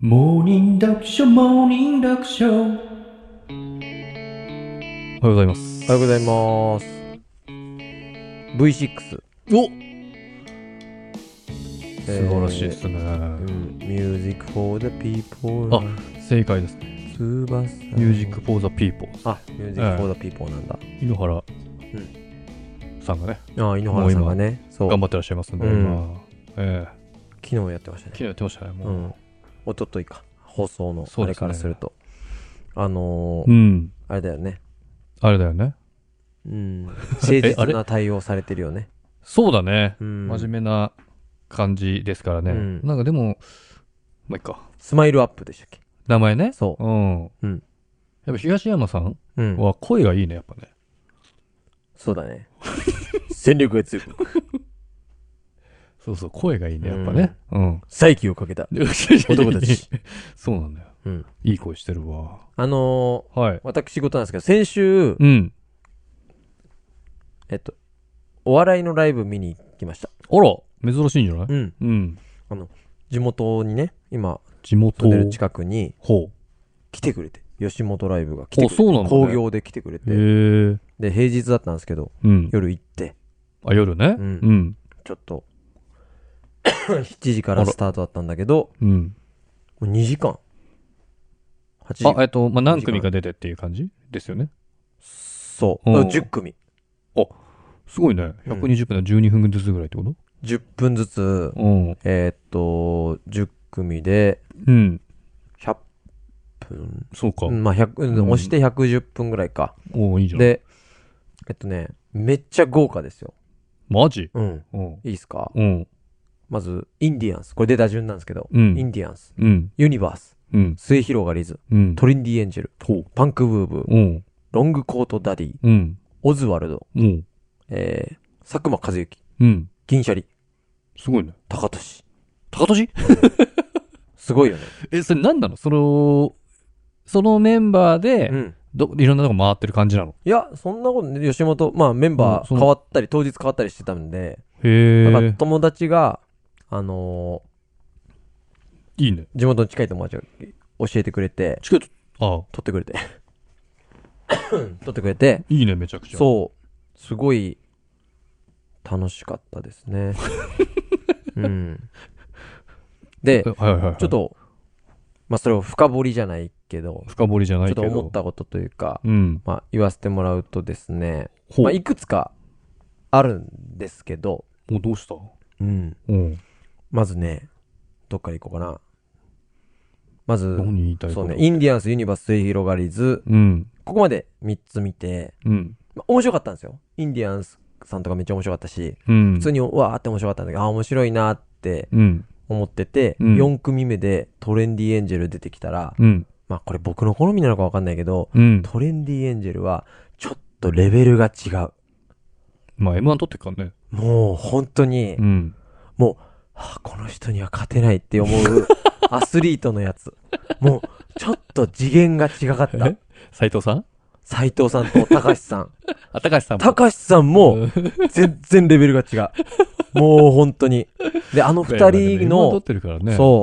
モーニング読書モーニング読書。おはようございます。 おはようございます。V6。 お、素晴らしいですね。 Music for the people。 あ、正解ですね。Music for the people。 あ、Music for the people なんだ。 井ノ原さんがね。 あ、井ノ原さんがね、そう頑張ってらっしゃいますんで、今。 昨日やってましたね。 昨日やってましたね。もう。 おとといか。放送のあれからすると。あれだよね。 あれだよね。 誠実な対応されてるよね。 そうだね。真面目な感じですからね。なんかでも、まあ、いっか。 スマイルアップでしたっけ？ 名前ね。 そう。 やっぱ東山さんは声がいいね、やっぱね。 そうだね。戦力が強く。 そうそう、声がいいね、やっぱね。 再起をかけた男たち。 そうなんだよ。いい声してるわ。 私事なんですけど、先週、お笑いのライブ見に行きました。 あら、珍しいんじゃない？ 地元にね、今、 住んでる近くに、来てくれて、吉本ライブが来てくれて、興行で来てくれて、で、平日だったんですけど、夜行って、 あ、夜ね。 ちょっと、7時からスタートだったんだけど、もう2時間。 8時間。何組か出てっていう感じですよね。 そう。10組。 あ、すごいね。120分で12分ずつぐらいってこと ?10 分ずつ、10組で、100分。 そうか。 まあ、押して110分ぐらいか。 お、いいじゃん。 で、めっちゃ豪華ですよ。 マジ？ いいっすか？まず、インディアンス。これ出た順なんですけど、インディアンス。ユニバース。末広がりず。トリンディエンジェル。パンクブーブー。ロングコートダディ。オズワルド。佐久間一行。銀シャリ。 すごいね。 高俊。 高俊？ すごいよね。 それ何なの？そのメンバーで、いろんなとこ回ってる感じなの？ いや、そんなことね、吉本、まあメンバー変わったり、当日変わったりしてたんで、だから友達が、 いいね。 地元の近い友達が教えてくれて、 取ってくれて。取ってくれて。 いいね、めちゃくちゃ。 そう。すごい、楽しかったですね。で、ちょっと、まあそれを深掘りじゃないけど、ちょっと思ったことというか、まあ言わせてもらうとですね、まあいくつかあるんですけど、 もうどうした？ まずね、どっから行こうかな。まず、 そうね、 インディアンス、ユニバース、末広がりず、ここまで3つ見て、面白かったんですよ。インディアンスさんとかめっちゃ面白かったし、普通にわーって面白かったんだけど、面白いなって思ってて、4組目でトレンディエンジェル出てきたら、まあこれ僕の好みなのかわかんないけど、トレンディエンジェルはちょっとレベルが違う。 まあ M1 取ってっからね。 もう本当に、もう、この人には勝てないって思うアスリートのやつ。もう、ちょっと次元が違かった。 斉藤さんと高橋さん。高橋さんも、全然レベルが違う。もう本当に。で、あの二人の、そう、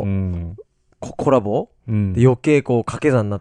コラボで余計こう掛け算になって、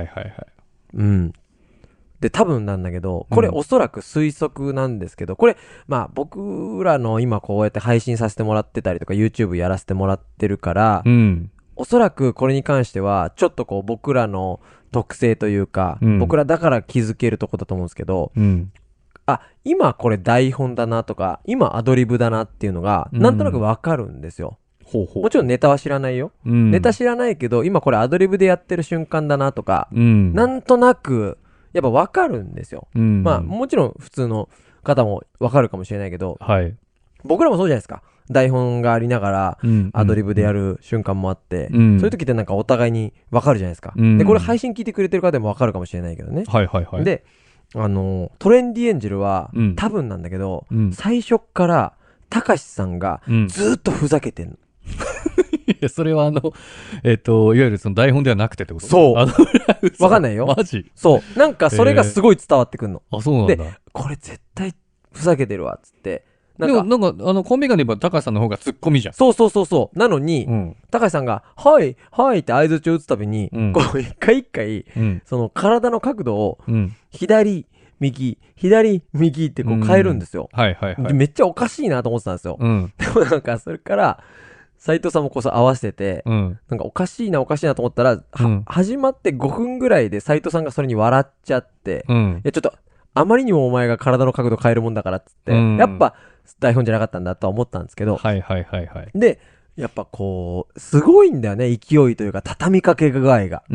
で、多分なんだけど、これおそらく推測なんですけど、これ、まあ僕らの今こうやって配信させてもらってたりとか YouTube やらせてもらってるから、おそらくこれに関しては、ちょっとこう僕らの特性というか、僕らだから気づけるとこだと思うんですけど、今これ台本だなとか、今アドリブだなっていうのが、なんとなくわかるんですよ。もちろんネタは知らないよ。ネタ知らないけど、今これアドリブでやってる瞬間だなとか、なんとなく、やっぱ分かるんですよ。まあもちろん普通の方も分かるかもしれないけど、僕らもそうじゃないですか。台本がありながらアドリブでやる瞬間もあって、そういう時ってなんかお互いに分かるじゃないですか。で、これ配信聞いてくれてる方でも分かるかもしれないけどね。で、トレンディエンジェルは多分なんだけど、最初からたかしさんがずっとふざけてんの。 いや、それはいわゆるその台本ではなくてってこと？ そう。わかんないよ。 マジ？ そう。なんかそれがすごい伝わってくんの。 そうなんだ。 で、これ絶対ふざけてるわ、つって。 でもなんか、コンビ間で言えば高橋さんの方がツッコミじゃん。 そうそうそうそう。なのに、高橋さんが、はい、はいって合図を打つたびに、こう、一回一回、その体の角度を、左、右、左、右ってこう変えるんですよ。 はいはいはい。 めっちゃおかしいなと思ってたんですよ。でもなんか、それから、斉藤さんもこそ合わせてて、なんかおかしいなと思ったら、始まって5分ぐらいで斉藤さんがそれに笑っちゃって、いやちょっと、あまりにもお前が体の角度変えるもんだからっつって、やっぱ台本じゃなかったんだとは思ったんですけど、 はいはいはいはい。 で、やっぱこう、すごいんだよね、勢いというか、畳みかけ具合が。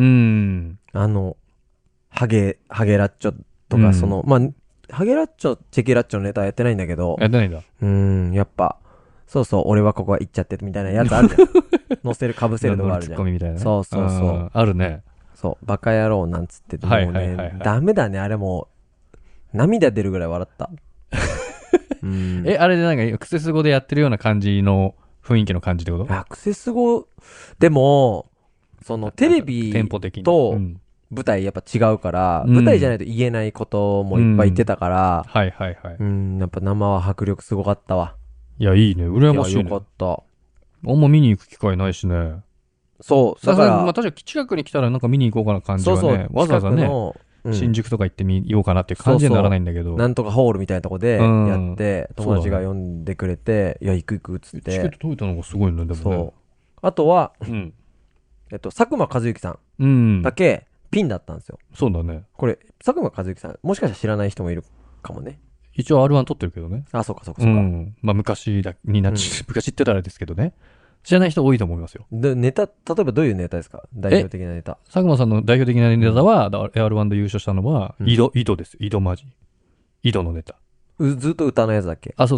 ハゲラッチョとか、まあ、ハゲラッチョ、チェケラッチョのネタはやってないんだけど、 やってないんだ。 やっぱ、そうそう、俺はここは行っちゃってみたいなやつあるじゃん。乗せる、被せるのがあるじゃん。 ツッコミみたいな、ね。 そうそうそう。 あるね。 そう、バカ野郎なんつってて、もうね、ダメだね、あれもう、涙出るぐらい笑った。 あれでなんか、クセス語でやってるような感じの雰囲気の感じってこと？ クセス語、でも、テレビと舞台やっぱ違うから、舞台じゃないと言えないこともいっぱい言ってたから、 はいはいはい。 やっぱ生は迫力すごかったわ。 いや、いいね。羨ましいね。 よかった。 あんま見に行く機会ないしね。 そう。 だから、まあ確かに近くに来たらなんか見に行こうかな感じはね。そうそう、わざわざね、新宿とか行ってみようかなっていう感じにならないんだけど。 なんとかホールみたいなとこでやって、友達が呼んでくれて、いや、行くっつって。 チケット取れたのがすごいね、でもね。そう。 あとは、佐久間一行さんだけピンだったんですよ。 そうだね。 これ、佐久間一行さん、もしかしたら知らない人もいるかもね。 一応 R1 取ってるけどね。 あ、そうか。 まあ昔昔ってたらですけどね。知らない人多いと思いますよ。 ネタ、例えばどういうネタですか？代表的なネタ。 佐久間さんの代表的なネタは、R1 で優勝したのは、井戸です。井戸マジ。井戸のネタ。 ずっと歌のやつだっけ？ あ、そう。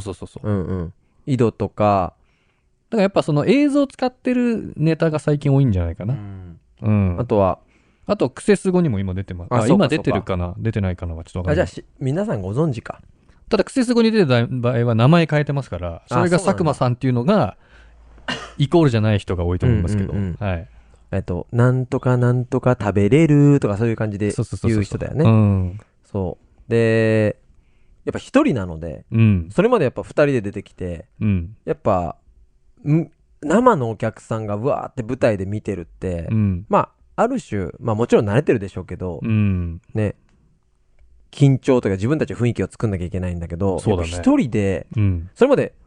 井戸とか。 だからやっぱその映像を使ってるネタが最近多いんじゃないかな。 あと、クセス語にも今出てます。今出てるかな出てないかなはちょっとわかんない。 じゃあ、皆さんご存知か。 ただ、クセス語に出てた場合は名前変えてますから、それが佐久間さんっていうのが、イコールじゃない人が多いと思いますけど。はい。 なんとかなんとか食べれるとかそういう感じで言う人だよね。そう。で、やっぱ一人なので、それまでやっぱ二人で出てきて、やっぱ、生のお客さんがうわーって舞台で見てるって、まあ、ある種、まあもちろん慣れてるでしょうけど、ね、緊張というか自分たちの雰囲気を作んなきゃいけないんだけど、一人で、それまで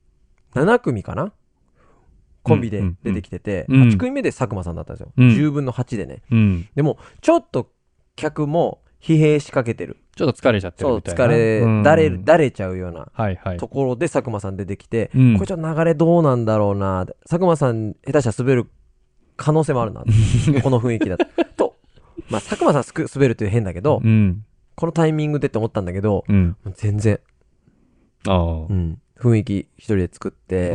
7組かなコンビで出てきてて、8組目で佐久間さんだったんですよ。10分の8でね。でも、ちょっと客も疲弊しかけてる。 ちょっと疲れちゃってるみたいな。 そう、だれちゃうようなところで佐久間さん出てきて、これちょっと流れどうなんだろうな、佐久間さん下手したら滑る可能性もあるな、この雰囲気だと。まあ、佐久間さん滑るって変だけど、このタイミングでって思ったんだけど、全然。雰囲気一人で作って、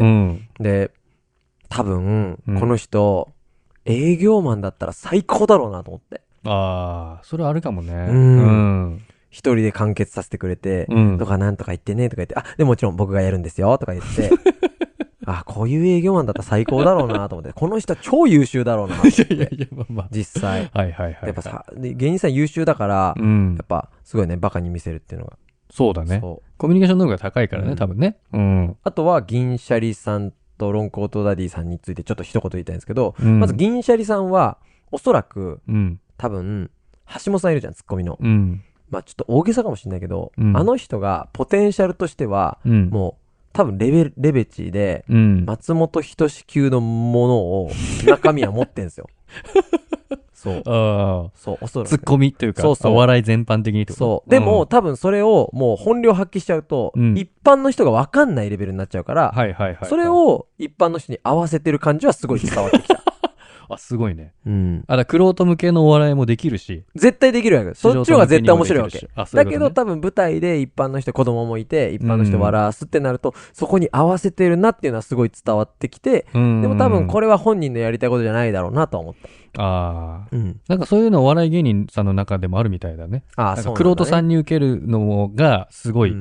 で、多分、この人、営業マンだったら最高だろうなと思って。 ああ、それあるかもね。 一人で完結させてくれて、とかなんとか言ってね、とか言って、でもちろん僕がやるんですよ、とか言って、こういう営業マンだったら最高だろうなと思って、この人は超優秀だろうなって。実際。やっぱさ、芸人さん優秀だから、やっぱすごいね、バカに見せるっていうのが。 そうだね。コミュニケーション能力が高いからね、多分ね。 あとは、銀シャリさんとロンコートダディさんについてちょっと一言言いたいんですけど、まず銀シャリさんは、おそらく、多分、橋本さんいるじゃん、ツッコミの。まあちょっと大げさかもしれないけど、あの人がポテンシャルとしては、もう、多分レベチで、松本人志級のものを、中身は持ってんすよ。そう。そう、おそらく。 ツッコミというか、お笑い全般的にってこと。 そう。でも、多分それをもう本領発揮しちゃうと、一般の人が分かんないレベルになっちゃうから、それを一般の人に合わせてる感じはすごい伝わってきた。 すごいね。クロート向けのお笑いもできるし。 絶対できるわけ。そっちの方が絶対面白いわけ。だけど多分舞台で一般の人、子供もいて、一般の人笑わすってなると、そこに合わせてるなっていうのはすごい伝わってきて、でも多分これは本人のやりたいことじゃないだろうなと思った。 なんかそういうのお笑い芸人さんの中でもあるみたいだね。そう。クロートさんに受けるのがすごい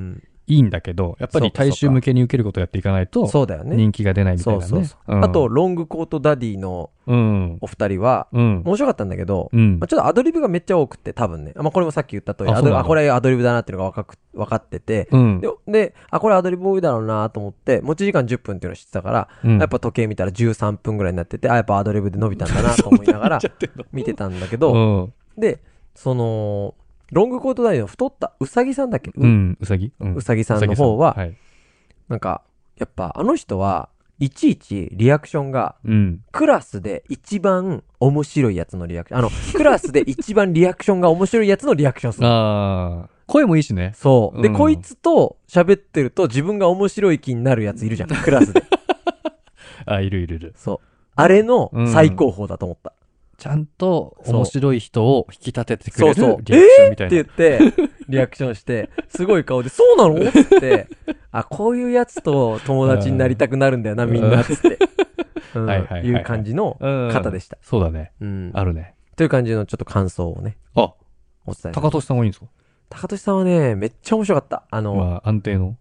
いいんだけど、やっぱり大衆向けに受けることをやっていかないと、 そうだよね。 人気が出ないみたいなね。 そうそうそう。あと、ロングコートダディのお二人は、面白かったんだけど、ちょっとアドリブがめっちゃ多くて、多分ね。これもさっき言った通り、これアドリブだなっていうのが分かってて、で、これアドリブ多いだろうなと思って、持ち時間10分っていうのを知ってたから、やっぱ時計見たら13分ぐらいになってて、やっぱアドリブで伸びたんだなと思いながら、見てたんだけど、で、ロングコートダディの太ったうさぎさんだっけ？ うさぎさんの方は、なんか、やっぱあの人はいちいちリアクションが、クラスで一番面白いやつのリアクション。クラスで一番リアクションが面白いやつのリアクションする。 声もいいしね。 そう。で、こいつと喋ってると自分が面白い気になるやついるじゃん、クラスで。 いる。 そう。あれの最高峰だと思った。 ちゃんと面白い人を引き立ててくれるリアクションみたいな。 って言って、リアクションして、すごい顔で、そうなのって言って、こういうやつと友達になりたくなるんだよな、みんな、つって。いう感じの方でした。 そうだね。あるね。 という感じのちょっと感想をね。お伝え。 高俊さんはいいんですか？ 高俊さんはね、めっちゃ面白かった。 安定の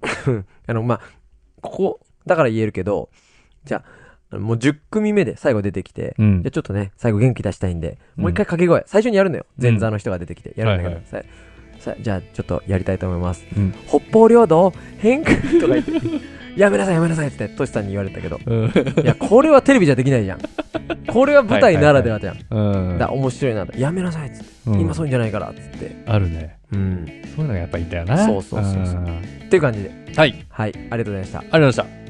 ここ、だから言えるけど、じゃあ、もう10組目で最後出てきて、じゃあちょっとね、最後元気出したいんで、もう一回掛け声、最初にやるのよ。前座の人が出てきて、やるんだけど、じゃあちょっとやりたいと思います。北方領土変化とか言って、やめなさいってトシさんに言われたけど、いや、これはテレビじゃできないじゃん。これは舞台ならではじゃん。面白いな。やめなさいっつって、今そういうんじゃないからっつって。 あるね。そういうのがやっぱいたよな。 そう。っていう感じで。はい。ありがとうございました。 ありがとうございました。